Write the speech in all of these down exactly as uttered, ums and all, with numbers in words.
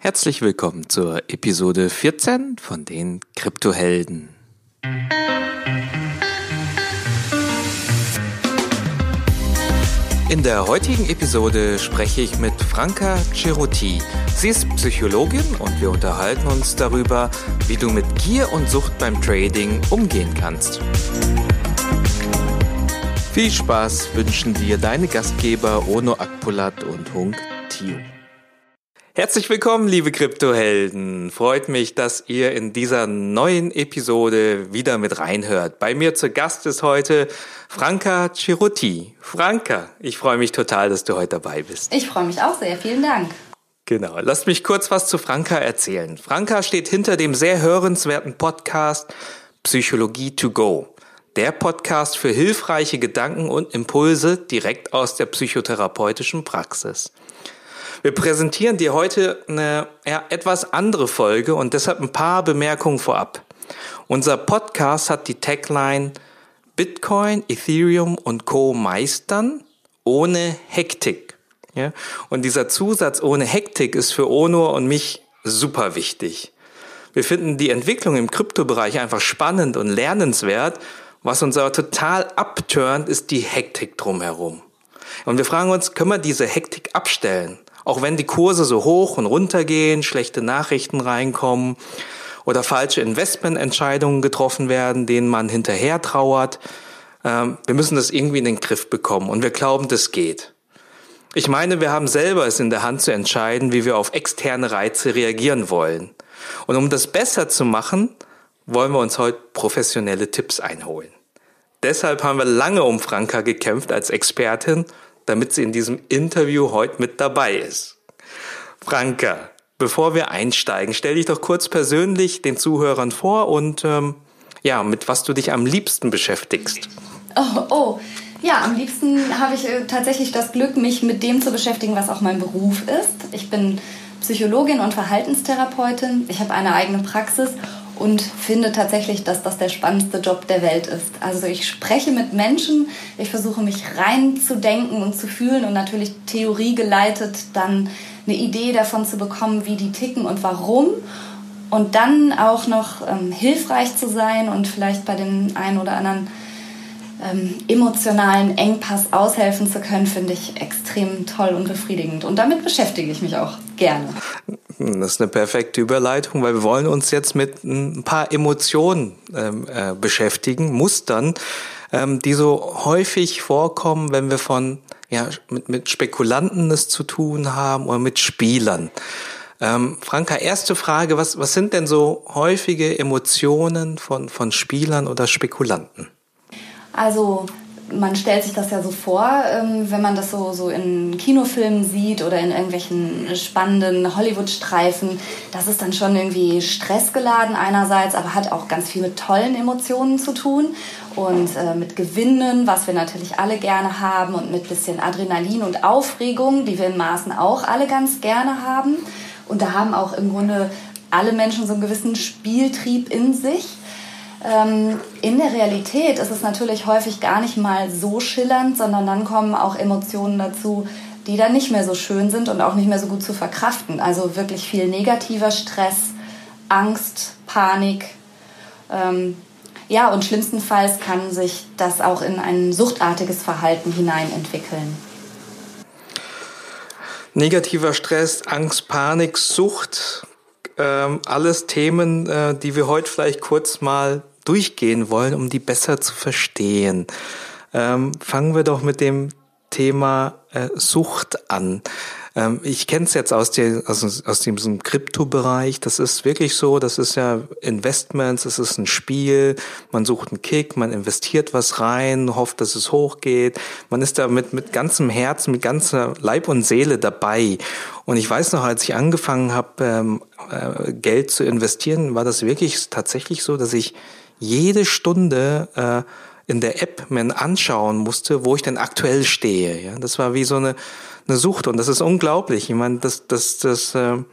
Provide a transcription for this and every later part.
Herzlich willkommen zur Episode vierzehn von den Kryptohelden. In der heutigen Episode spreche ich mit Franca Cerutti. Sie ist Psychologin und wir unterhalten uns darüber, wie du mit Gier und Sucht beim Trading umgehen kannst. Viel Spaß wünschen dir deine Gastgeber Ono Akpolat und Hung Tio. Herzlich willkommen, liebe Kryptohelden. Freut mich, dass ihr in dieser neuen Episode wieder mit reinhört. Bei mir zu Gast ist heute Franca Cerutti. Franca, ich freue mich total, dass du heute dabei bist. Ich freue mich auch sehr. Vielen Dank. Genau. Lasst mich kurz was zu Franca erzählen. Franca steht hinter dem sehr hörenswerten Podcast Psychologie to go. Der Podcast für hilfreiche Gedanken und Impulse direkt aus der psychotherapeutischen Praxis. Wir präsentieren dir heute eine ja, etwas andere Folge und deshalb ein paar Bemerkungen vorab. Unser Podcast hat die Tagline Bitcoin, Ethereum und Co. meistern ohne Hektik. Ja? Und dieser Zusatz ohne Hektik ist für Ono und mich super wichtig. Wir finden die Entwicklung im Kryptobereich einfach spannend und lernenswert. Was uns aber total abturnt, ist die Hektik drumherum. Und wir fragen uns, können wir diese Hektik abstellen? Auch wenn die Kurse so hoch und runter gehen, schlechte Nachrichten reinkommen oder falsche Investmententscheidungen getroffen werden, denen man hinterher trauert. Ähm, wir müssen das irgendwie in den Griff bekommen und wir glauben, das geht. Ich meine, wir haben selber es in der Hand zu entscheiden, wie wir auf externe Reize reagieren wollen. Und um das besser zu machen, wollen wir uns heute professionelle Tipps einholen. Deshalb haben wir lange um Franca gekämpft als Expertin, damit sie in diesem Interview heute mit dabei ist. Franca, bevor wir einsteigen, stell dich doch kurz persönlich den Zuhörern vor und ähm, ja, mit was du dich am liebsten beschäftigst. Oh, oh. Ja, am liebsten habe ich äh, tatsächlich das Glück, mich mit dem zu beschäftigen, was auch mein Beruf ist. Ich bin Psychologin und Verhaltenstherapeutin. Ich habe eine eigene Praxis und finde tatsächlich, dass das der spannendste Job der Welt ist. Also ich spreche mit Menschen, ich versuche mich reinzudenken und zu fühlen und natürlich theoriegeleitet dann eine Idee davon zu bekommen, wie die ticken und warum. Und dann auch noch ähm, hilfreich zu sein und vielleicht bei den einen oder anderen ähm, emotionalen Engpass aushelfen zu können, finde ich extrem toll und befriedigend. Und damit beschäftige ich mich auch gerne. Das ist eine perfekte Überleitung, weil wir wollen uns jetzt mit ein paar Emotionen ähm, äh, beschäftigen, Mustern, ähm, die so häufig vorkommen, wenn wir von ja mit, mit Spekulanten es zu tun haben oder mit Spielern. Ähm, Franca, erste Frage, was was sind denn so häufige Emotionen von von Spielern oder Spekulanten? Also man stellt sich das ja so vor, wenn man das so, so in Kinofilmen sieht oder in irgendwelchen spannenden Hollywood-Streifen. Das ist dann schon irgendwie stressgeladen einerseits, aber hat auch ganz viel mit tollen Emotionen zu tun und äh, mit Gewinnen, was wir natürlich alle gerne haben und mit bisschen Adrenalin und Aufregung, die wir in Maßen auch alle ganz gerne haben. Und da haben auch im Grunde alle Menschen so einen gewissen Spieltrieb in sich. In der Realität ist es natürlich häufig gar nicht mal so schillernd, sondern dann kommen auch Emotionen dazu, die dann nicht mehr so schön sind und auch nicht mehr so gut zu verkraften. Also wirklich viel negativer Stress, Angst, Panik. Ähm, ja, und schlimmstenfalls kann sich das auch in ein suchtartiges Verhalten hinein entwickeln. Negativer Stress, Angst, Panik, Sucht, ähm, alles Themen, äh, die wir heute vielleicht kurz mal durchgehen wollen, um die besser zu verstehen. Ähm, fangen wir doch mit dem Thema äh, Sucht an. Ähm, ich kenne es jetzt aus, der, aus, aus diesem Kryptobereich. Das ist wirklich so, das ist ja Investments, es ist ein Spiel. Man sucht einen Kick, man investiert was rein, hofft, dass es hochgeht. Man ist da mit, mit ganzem Herzen, mit ganzer Leib und Seele dabei. Und ich weiß noch, als ich angefangen habe, ähm, äh, Geld zu investieren, war das wirklich tatsächlich so, dass ich jede Stunde äh, in der App mir anschauen musste, wo ich denn aktuell stehe. Ja, das war wie so eine eine Sucht und das ist unglaublich. Ich meine, das das das äh,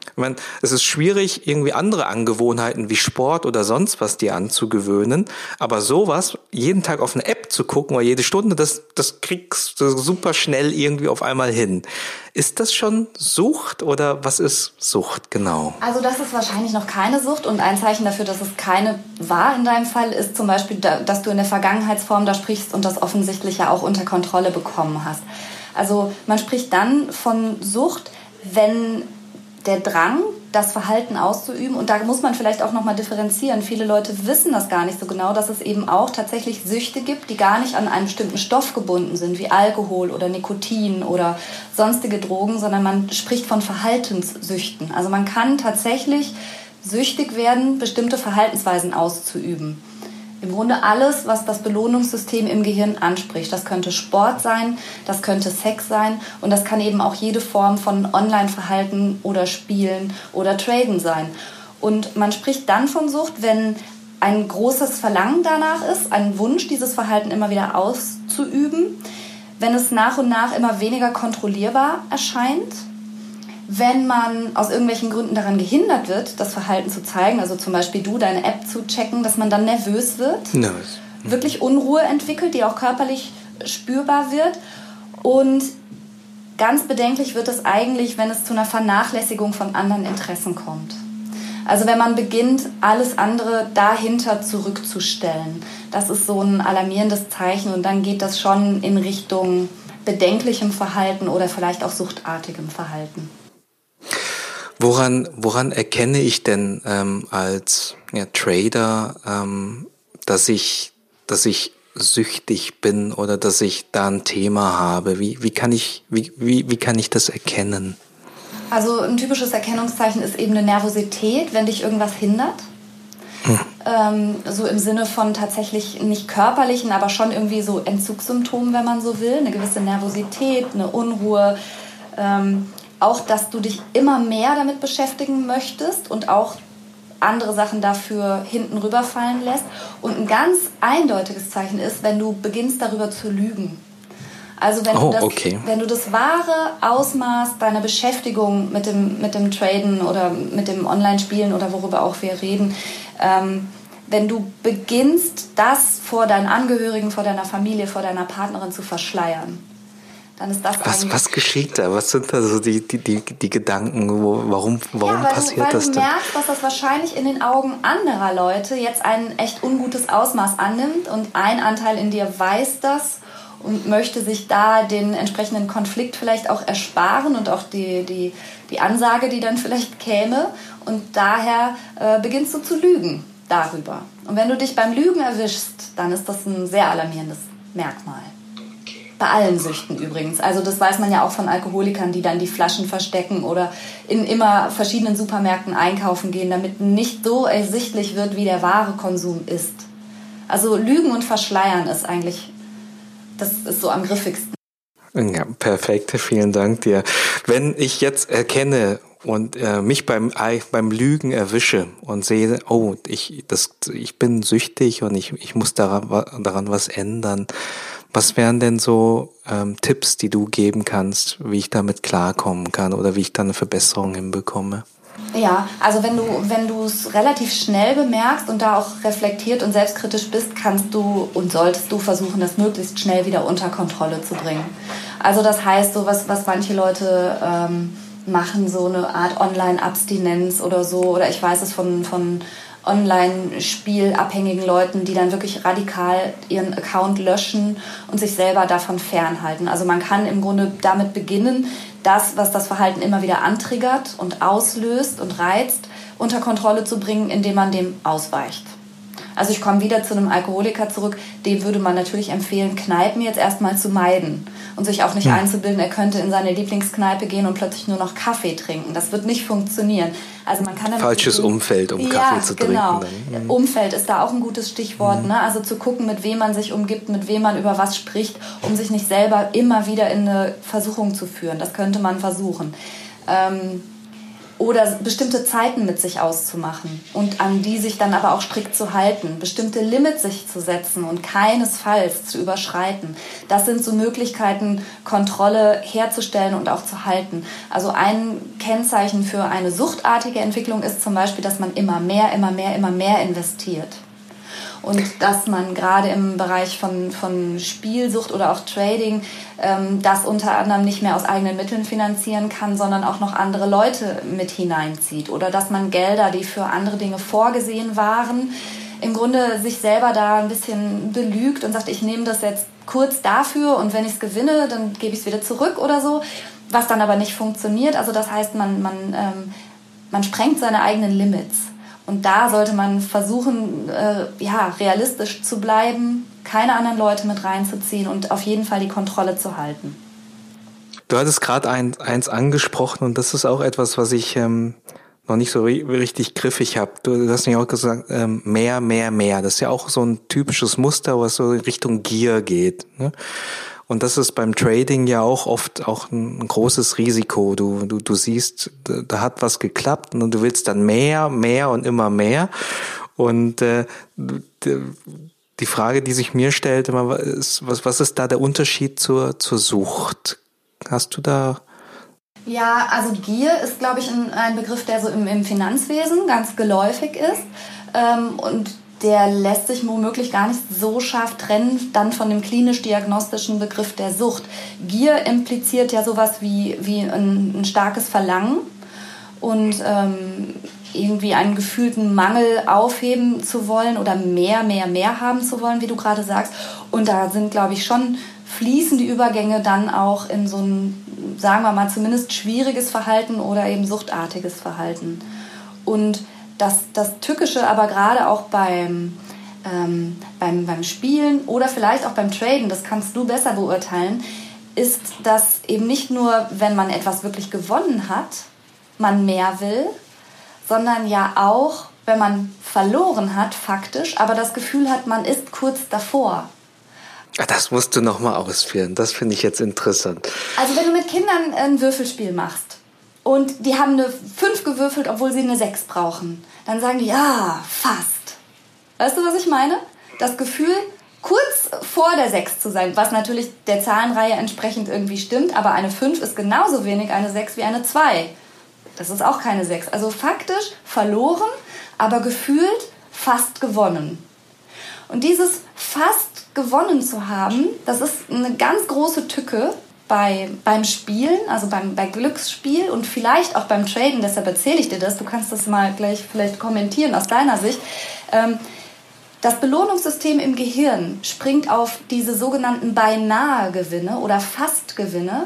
Ich meine, es ist schwierig, irgendwie andere Angewohnheiten wie Sport oder sonst was dir anzugewöhnen, aber sowas, jeden Tag auf eine App zu gucken oder jede Stunde, das, das kriegst du super schnell irgendwie auf einmal hin. Ist das schon Sucht oder was ist Sucht genau? Also das ist wahrscheinlich noch keine Sucht und ein Zeichen dafür, dass es keine war in deinem Fall, ist zum Beispiel, dass du in der Vergangenheitsform da sprichst und das offensichtlich ja auch unter Kontrolle bekommen hast. Also man spricht dann von Sucht, wenn der Drang, das Verhalten auszuüben, und da muss man vielleicht auch nochmal differenzieren. Viele Leute wissen das gar nicht so genau, dass es eben auch tatsächlich Süchte gibt, die gar nicht an einen bestimmten Stoff gebunden sind, wie Alkohol oder Nikotin oder sonstige Drogen, sondern man spricht von Verhaltenssüchten. Also man kann tatsächlich süchtig werden, bestimmte Verhaltensweisen auszuüben. Im Grunde alles, was das Belohnungssystem im Gehirn anspricht. Das könnte Sport sein, das könnte Sex sein und das kann eben auch jede Form von Online-Verhalten oder Spielen oder Traden sein. Und man spricht dann von Sucht, wenn ein großes Verlangen danach ist, ein Wunsch, dieses Verhalten immer wieder auszuüben, wenn es nach und nach immer weniger kontrollierbar erscheint, wenn man aus irgendwelchen Gründen daran gehindert wird, das Verhalten zu zeigen, also zum Beispiel du, deine App zu checken, dass man dann nervös wird, Nervös. wirklich Unruhe entwickelt, die auch körperlich spürbar wird. Und ganz bedenklich wird es eigentlich, wenn es zu einer Vernachlässigung von anderen Interessen kommt. Also wenn man beginnt, alles andere dahinter zurückzustellen. Das ist so ein alarmierendes Zeichen und dann geht das schon in Richtung bedenklichem Verhalten oder vielleicht auch suchtartigem Verhalten. Woran, woran erkenne ich denn ähm, als ja, Trader, ähm, dass ich, dass ich süchtig bin oder dass ich da ein Thema habe? Wie, wie kann ich, wie, wie, wie kann ich das erkennen? Also ein typisches Erkennungszeichen ist eben eine Nervosität, wenn dich irgendwas hindert. Hm. Ähm, so im Sinne von tatsächlich nicht körperlichen, aber schon irgendwie so Entzugssymptomen, wenn man so will. Eine gewisse Nervosität, eine Unruhe. Ähm, auch, dass du dich immer mehr damit beschäftigen möchtest und auch andere Sachen dafür hinten rüberfallen lässt. Und ein ganz eindeutiges Zeichen ist, wenn du beginnst, darüber zu lügen. Also wenn, oh, du das, okay. wenn du das wahre Ausmaß deiner Beschäftigung mit dem, mit dem Traden oder mit dem Online-Spielen oder worüber auch wir reden, ähm, wenn du beginnst, das vor deinen Angehörigen, vor deiner Familie, vor deiner Partnerin zu verschleiern, dann ist das was, eigentlich... Was geschieht da? Was sind da so die, die, die, die Gedanken? Wo, warum warum ja, weil passiert du, weil das du denn? merkst, dass das wahrscheinlich in den Augen anderer Leute jetzt ein echt ungutes Ausmaß annimmt und ein Anteil in dir weiß das und möchte sich da den entsprechenden Konflikt vielleicht auch ersparen und auch die, die, die Ansage, die dann vielleicht käme. Und daher äh, beginnst du zu lügen darüber. Und wenn du dich beim Lügen erwischst, dann ist das ein sehr alarmierendes Merkmal. Bei allen Süchten übrigens. Also das weiß man ja auch von Alkoholikern, die dann die Flaschen verstecken oder in immer verschiedenen Supermärkten einkaufen gehen, damit nicht so ersichtlich wird, wie der wahre Konsum ist. Also Lügen und Verschleiern ist eigentlich, das ist so am griffigsten. Ja, perfekt. Vielen Dank dir. Wenn ich jetzt erkenne und äh, mich beim beim Lügen erwische und sehe, oh, ich das ich bin süchtig und ich ich muss daran daran was ändern. Was wären denn so ähm, Tipps, die du geben kannst, wie ich damit klarkommen kann oder wie ich da eine Verbesserung hinbekomme? Ja, also wenn du wenn du es relativ schnell bemerkst und da auch reflektiert und selbstkritisch bist, kannst du und solltest du versuchen, das möglichst schnell wieder unter Kontrolle zu bringen. Also das heißt, so was was manche Leute ähm, machen, so eine Art Online-Abstinenz oder so, oder ich weiß es von von Online-spielabhängigen Leuten, die dann wirklich radikal ihren Account löschen und sich selber davon fernhalten. Also man kann im Grunde damit beginnen, das, was das Verhalten immer wieder antriggert und auslöst und reizt, unter Kontrolle zu bringen, indem man dem ausweicht. Also ich komme wieder zu einem Alkoholiker zurück, dem würde man natürlich empfehlen, Kneipen jetzt erstmal zu meiden und sich auch nicht ja. einzubilden, er könnte in seine Lieblingskneipe gehen und plötzlich nur noch Kaffee trinken. Das wird nicht funktionieren. Also man kann Falsches beginnen, Umfeld, um ja, Kaffee zu genau. trinken. Dann. Mhm. Umfeld ist da auch ein gutes Stichwort. Mhm. Ne? Also zu gucken, mit wem man sich umgibt, mit wem man über was spricht, um sich nicht selber immer wieder in eine Versuchung zu führen. Das könnte man versuchen. Ähm, oder bestimmte Zeiten mit sich auszumachen und an die sich dann aber auch strikt zu halten, bestimmte Limits sich zu setzen und keinesfalls zu überschreiten. Das sind so Möglichkeiten, Kontrolle herzustellen und auch zu halten. Also ein Kennzeichen für eine suchtartige Entwicklung ist zum Beispiel, dass man immer mehr, immer mehr, immer mehr investiert. Und dass man gerade im Bereich von, von Spielsucht oder auch Trading ähm, das unter anderem nicht mehr aus eigenen Mitteln finanzieren kann, sondern auch noch andere Leute mit hineinzieht. Oder dass man Gelder, die für andere Dinge vorgesehen waren, im Grunde sich selber da ein bisschen belügt und sagt, ich nehme das jetzt kurz dafür und wenn ich es gewinne, dann gebe ich es wieder zurück oder so, was dann aber nicht funktioniert. Also das heißt, man, man, ähm, man sprengt seine eigenen Limits. Und da sollte man versuchen, äh, ja, realistisch zu bleiben, keine anderen Leute mit reinzuziehen und auf jeden Fall die Kontrolle zu halten. Du hattest gerade ein, eins angesprochen und das ist auch etwas, was ich ähm, noch nicht so ri- richtig griffig habe. Du, du hast ja auch gesagt, ähm, mehr, mehr, mehr. Das ist ja auch so ein typisches Muster, was so in Richtung Gier geht, ne? Und das ist beim Trading ja auch oft auch ein großes Risiko. Du, du, du siehst, da hat was geklappt und du willst dann mehr, mehr und immer mehr. Und äh, die Frage, die sich mir stellt, immer ist, was, was ist da der Unterschied zur, zur Sucht? Hast du da... Ja, also Gier ist, glaube ich, ein, ein Begriff, der so im, im Finanzwesen ganz geläufig ist. Ähm, und der lässt sich womöglich gar nicht so scharf trennen dann von dem klinisch-diagnostischen Begriff der Sucht. Gier impliziert ja sowas wie, wie ein, ein starkes Verlangen und ähm, irgendwie einen gefühlten Mangel aufheben zu wollen oder mehr, mehr, mehr haben zu wollen, wie du gerade sagst. Und da sind, glaube ich, schon fließen die Übergänge dann auch in so ein, sagen wir mal, zumindest schwieriges Verhalten oder eben suchtartiges Verhalten. Und Das, das Tückische aber gerade auch beim, ähm, beim, beim Spielen oder vielleicht auch beim Traden, das kannst du besser beurteilen, ist, dass eben nicht nur, wenn man etwas wirklich gewonnen hat, man mehr will, sondern ja auch, wenn man verloren hat, faktisch, aber das Gefühl hat, man ist kurz davor. Das musst du nochmal ausführen, das finde ich jetzt interessant. Also wenn du mit Kindern ein Würfelspiel machst, und die haben eine fünf gewürfelt, obwohl sie eine sechs brauchen. Dann sagen die, ja, fast. Weißt du, was ich meine? Das Gefühl, kurz vor der sechs zu sein, was natürlich der Zahlenreihe entsprechend irgendwie stimmt, aber eine fünf ist genauso wenig eine sechs wie eine zwei. Das ist auch keine sechs. Also faktisch verloren, aber gefühlt fast gewonnen. Und dieses fast gewonnen zu haben, das ist eine ganz große Tücke, Bei, beim Spielen, also beim, bei Glücksspiel und vielleicht auch beim Traden, deshalb erzähle ich dir das, du kannst das mal gleich vielleicht kommentieren aus deiner Sicht. Ähm, das Belohnungssystem im Gehirn springt auf diese sogenannten Beinahe-Gewinne oder Fast-Gewinne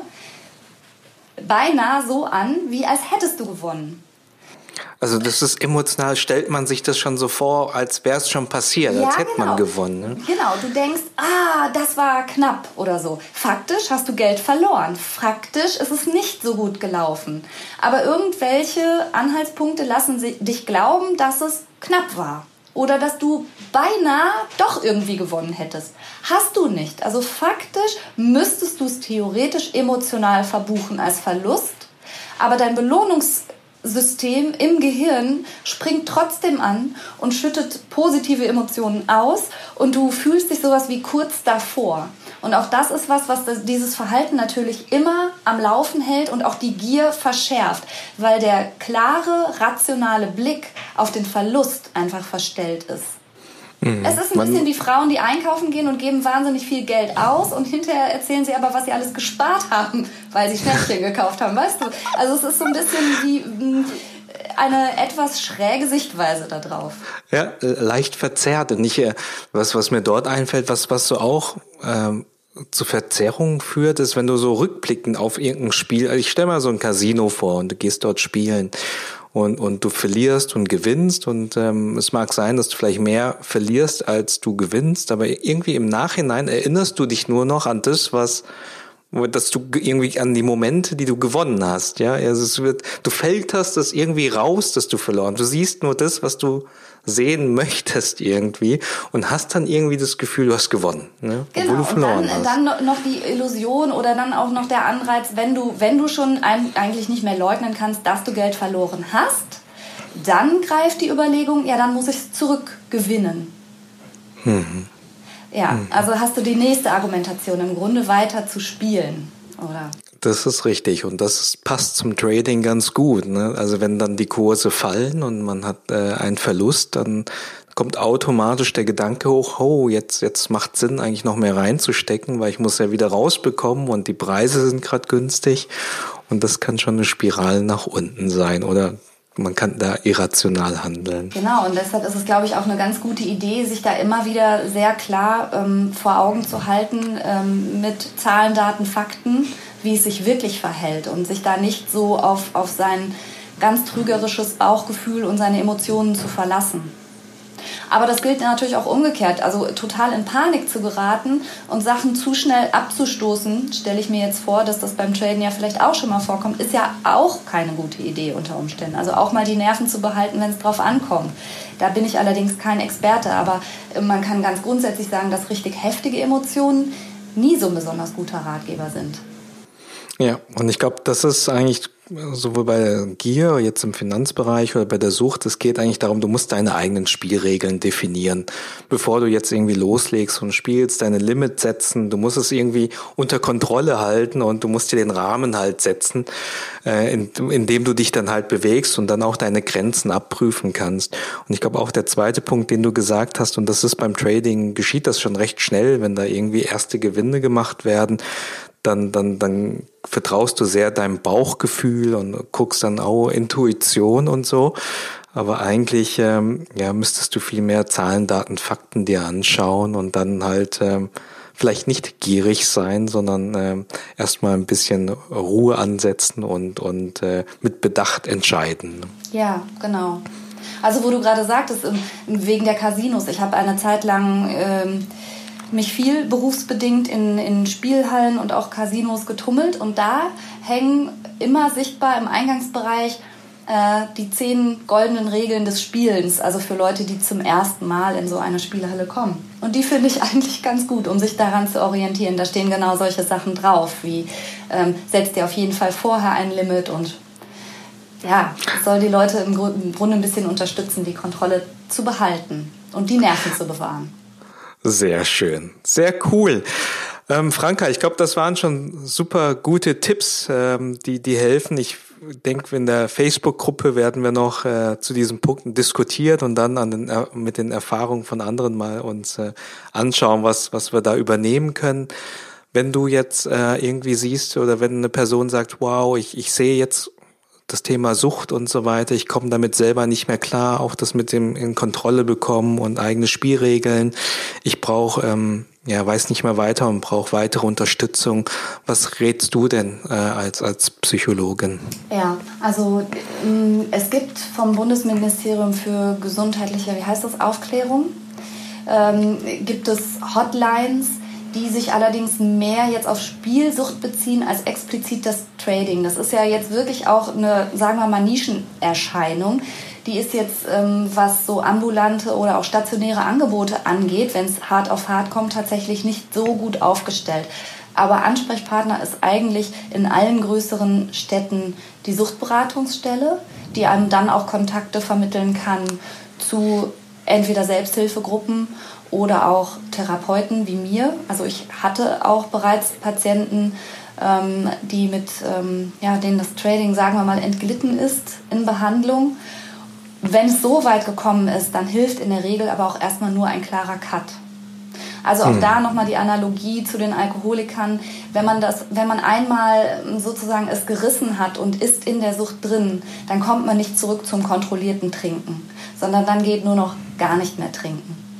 beinahe so an, wie als hättest du gewonnen. Also das ist emotional, stellt man sich das schon so vor, als wäre es schon passiert, ja, als hätte genau. man gewonnen. Ne? Genau, du denkst, ah, das war knapp oder so. Faktisch hast du Geld verloren. Faktisch ist es nicht so gut gelaufen. Aber irgendwelche Anhaltspunkte lassen dich glauben, dass es knapp war. Oder dass du beinahe doch irgendwie gewonnen hättest. Hast du nicht. Also faktisch müsstest du es theoretisch emotional verbuchen als Verlust. Aber dein Belohnungs System im Gehirn springt trotzdem an und schüttet positive Emotionen aus und du fühlst dich sowas wie kurz davor. Und auch das ist was, was das, dieses Verhalten natürlich immer am Laufen hält und auch die Gier verschärft, weil der klare, rationale Blick auf den Verlust einfach verstellt ist. Mhm. Es ist ein Man bisschen wie Frauen, die einkaufen gehen und geben wahnsinnig viel Geld aus und hinterher erzählen sie aber, was sie alles gespart haben, weil sie Schnäppchen gekauft haben, weißt du? Also es ist so ein bisschen wie eine etwas schräge Sichtweise da drauf. Ja, leicht verzerrt. Und nicht, was, was mir dort einfällt, was, was so auch ähm, zu Verzerrungen führt, ist, wenn du so rückblickend auf irgendein Spiel, also ich stell mal so ein Casino vor und du gehst dort spielen. Und, und du verlierst und gewinnst und ähm, es mag sein, dass du vielleicht mehr verlierst, als du gewinnst, aber irgendwie im Nachhinein erinnerst du dich nur noch an das, was dass du irgendwie an die Momente, die du gewonnen hast, ja, also es wird, du filterst das irgendwie raus, dass du verloren. Du siehst nur das, was du sehen möchtest irgendwie und hast dann irgendwie das Gefühl, du hast gewonnen, ne? Genau, obwohl du verloren und dann, hast. dann noch die Illusion oder dann auch noch der Anreiz, wenn du, wenn du schon eigentlich nicht mehr leugnen kannst, dass du Geld verloren hast, dann greift die Überlegung, ja, dann muss ich es zurückgewinnen. Mhm. Ja, mhm. Also hast du die nächste Argumentation, im Grunde weiter zu spielen, oder? Das ist richtig und das passt zum Trading ganz gut, ne? Also wenn dann die Kurse fallen und man hat äh, einen Verlust, dann kommt automatisch der Gedanke hoch, oh, jetzt jetzt macht Sinn, eigentlich noch mehr reinzustecken, weil ich muss ja wieder rausbekommen und die Preise sind gerade günstig und das kann schon eine Spirale nach unten sein oder man kann da irrational handeln. Genau, und deshalb ist es, glaube ich, auch eine ganz gute Idee, sich da immer wieder sehr klar ähm, vor Augen zu halten ähm, mit Zahlen, Daten, Fakten, wie es sich wirklich verhält und sich da nicht so auf, auf sein ganz trügerisches Bauchgefühl und seine Emotionen zu verlassen. Aber das gilt natürlich auch umgekehrt, also total in Panik zu geraten und Sachen zu schnell abzustoßen, stelle ich mir jetzt vor, dass das beim Traden ja vielleicht auch schon mal vorkommt, ist ja auch keine gute Idee unter Umständen. Also auch mal die Nerven zu behalten, wenn es drauf ankommt. Da bin ich allerdings kein Experte, aber man kann ganz grundsätzlich sagen, dass richtig heftige Emotionen nie so ein besonders guter Ratgeber sind. Ja, und ich glaube, das ist eigentlich sowohl bei der Gier, jetzt im Finanzbereich oder bei der Sucht, es geht eigentlich darum, du musst deine eigenen Spielregeln definieren, bevor du jetzt irgendwie loslegst und spielst, deine Limit setzen, du musst es irgendwie unter Kontrolle halten und du musst dir den Rahmen halt setzen, äh, in, in dem du dich dann halt bewegst und dann auch deine Grenzen abprüfen kannst. Und ich glaube auch der zweite Punkt, den du gesagt hast, und das ist beim Trading, geschieht das schon recht schnell, wenn da irgendwie erste Gewinne gemacht werden, dann, dann, dann vertraust du sehr deinem Bauchgefühl und guckst dann auch Intuition und so. Aber eigentlich, ähm, ja, müsstest du viel mehr Zahlen, Daten, Fakten dir anschauen und dann halt ähm, vielleicht nicht gierig sein, sondern ähm, erstmal ein bisschen Ruhe ansetzen und, und äh, mit Bedacht entscheiden. Ja, genau. Also wo du gerade sagtest, wegen der Casinos. Ich habe eine Zeit lang ähm, mich viel berufsbedingt in, in Spielhallen und auch Casinos getummelt und da hängen immer sichtbar im Eingangsbereich äh, die zehn goldenen Regeln des Spielens, also für Leute, die zum ersten Mal in so eine Spielhalle kommen. Und die finde ich eigentlich ganz gut, um sich daran zu orientieren. Da stehen genau solche Sachen drauf, wie ähm, setz dir auf jeden Fall vorher ein Limit und ja, es soll die Leute im Grunde ein bisschen unterstützen, die Kontrolle zu behalten und die Nerven zu bewahren. Sehr schön, sehr cool. Ähm, Franka, ich glaube, das waren schon super gute Tipps, ähm, die die helfen. Ich denke, in der Facebook-Gruppe werden wir noch äh, zu diesen Punkten diskutiert und dann an den, äh, mit den Erfahrungen von anderen mal uns äh, anschauen, was was wir da übernehmen können. Wenn du jetzt äh, irgendwie siehst oder wenn eine Person sagt, wow, ich ich sehe jetzt das Thema Sucht und so weiter, ich komme damit selber nicht mehr klar, auch das mit dem in Kontrolle bekommen und eigene Spielregeln. Ich brauche, ähm, ja, weiß nicht mehr weiter und brauche weitere Unterstützung. Was rätst du denn äh, als als Psychologin? Ja, also ähm, es gibt vom Bundesministerium für gesundheitliche, wie heißt das, Aufklärung, ähm, gibt es Hotlines, die sich allerdings mehr jetzt auf Spielsucht beziehen als explizit das Trading. Das ist ja jetzt wirklich auch eine, sagen wir mal, Nischenerscheinung. Die ist jetzt, ähm, was so ambulante oder auch stationäre Angebote angeht, wenn es hart auf hart kommt, tatsächlich nicht so gut aufgestellt. Aber Ansprechpartner ist eigentlich in allen größeren Städten die Suchtberatungsstelle, die einem dann auch Kontakte vermitteln kann zu entweder Selbsthilfegruppen oder auch Therapeuten wie mir. Also ich hatte auch bereits Patienten, ähm, die mit, ähm, ja, denen das Trading, sagen wir mal, entglitten ist in Behandlung. Wenn es so weit gekommen ist, dann hilft in der Regel aber auch erstmal nur ein klarer Cut. Also auch hm. da nochmal die Analogie zu den Alkoholikern. Wenn man das, wenn man einmal sozusagen es gerissen hat und ist in der Sucht drin, dann kommt man nicht zurück zum kontrollierten Trinken, sondern dann geht nur noch gar nicht mehr trinken.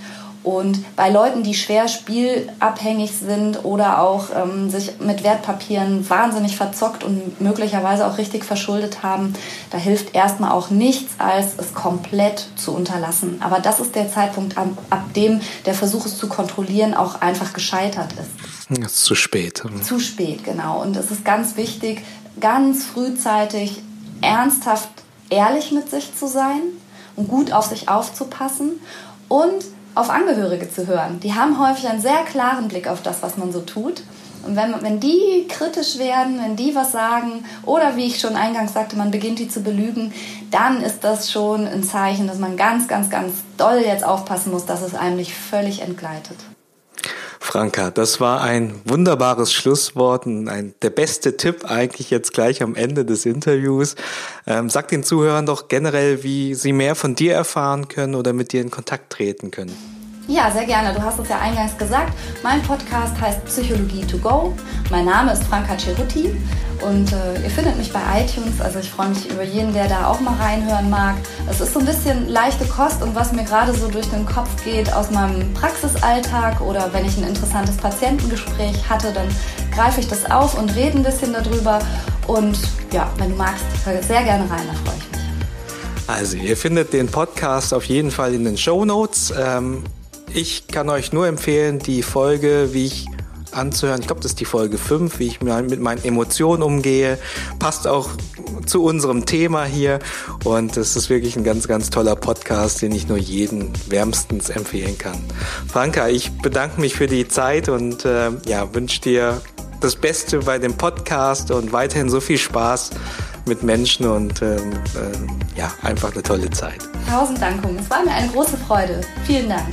Und bei Leuten, die schwer spielabhängig sind oder auch ähm, sich mit Wertpapieren wahnsinnig verzockt und möglicherweise auch richtig verschuldet haben, da hilft erstmal auch nichts, als es komplett zu unterlassen. Aber das ist der Zeitpunkt, ab, ab dem der Versuch, es zu kontrollieren, auch einfach gescheitert ist. Das ist zu spät. Zu spät, genau. Und es ist ganz wichtig, ganz frühzeitig ernsthaft ehrlich mit sich zu sein und gut auf sich aufzupassen und auf Angehörige zu hören. Die haben häufig einen sehr klaren Blick auf das, was man so tut. Und wenn, wenn die kritisch werden, wenn die was sagen oder wie ich schon eingangs sagte, man beginnt die zu belügen, dann ist das schon ein Zeichen, dass man ganz, ganz, ganz doll jetzt aufpassen muss, dass es einem nicht völlig entgleitet. Franka, das war ein wunderbares Schlusswort und ein, der beste Tipp eigentlich jetzt gleich am Ende des Interviews. Ähm, sag den Zuhörern doch generell, wie sie mehr von dir erfahren können oder mit dir in Kontakt treten können. Ja, sehr gerne. Du hast es ja eingangs gesagt. Mein Podcast heißt Psychologie to go. Mein Name ist Franka Cerutti und äh, ihr findet mich bei iTunes. Also ich freue mich über jeden, der da auch mal reinhören mag. Es ist so ein bisschen leichte Kost und was mir gerade so durch den Kopf geht aus meinem Praxisalltag oder wenn ich ein interessantes Patientengespräch hatte, dann greife ich das auf und rede ein bisschen darüber. Und ja, wenn du magst, hör sehr gerne rein, da freue ich mich. Also ihr findet den Podcast auf jeden Fall in den Shownotes. Ähm Ich kann euch nur empfehlen, die Folge, wie ich anzuhören, ich glaube, das ist die Folge fünf, wie ich mit meinen Emotionen umgehe, passt auch zu unserem Thema hier und es ist wirklich ein ganz, ganz toller Podcast, den ich nur jedem wärmstens empfehlen kann. Franka, ich bedanke mich für die Zeit und äh, ja, wünsche dir das Beste bei dem Podcast und weiterhin so viel Spaß mit Menschen und äh, äh, ja, einfach eine tolle Zeit. Tausend Dank, es war mir eine große Freude. Vielen Dank.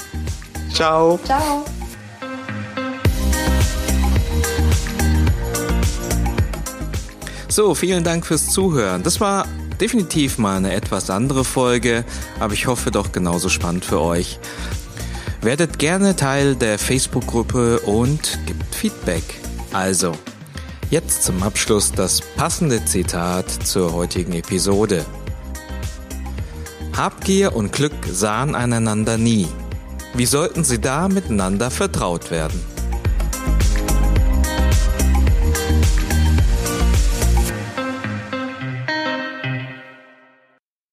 Ciao. Ciao. So, vielen Dank fürs Zuhören. Das war definitiv mal eine etwas andere Folge, aber ich hoffe doch genauso spannend für euch. Werdet gerne Teil der Facebook-Gruppe und gebt Feedback. Also, jetzt zum Abschluss das passende Zitat zur heutigen Episode. Habgier und Glück sahen einander nie. Wie sollten sie da miteinander vertraut werden?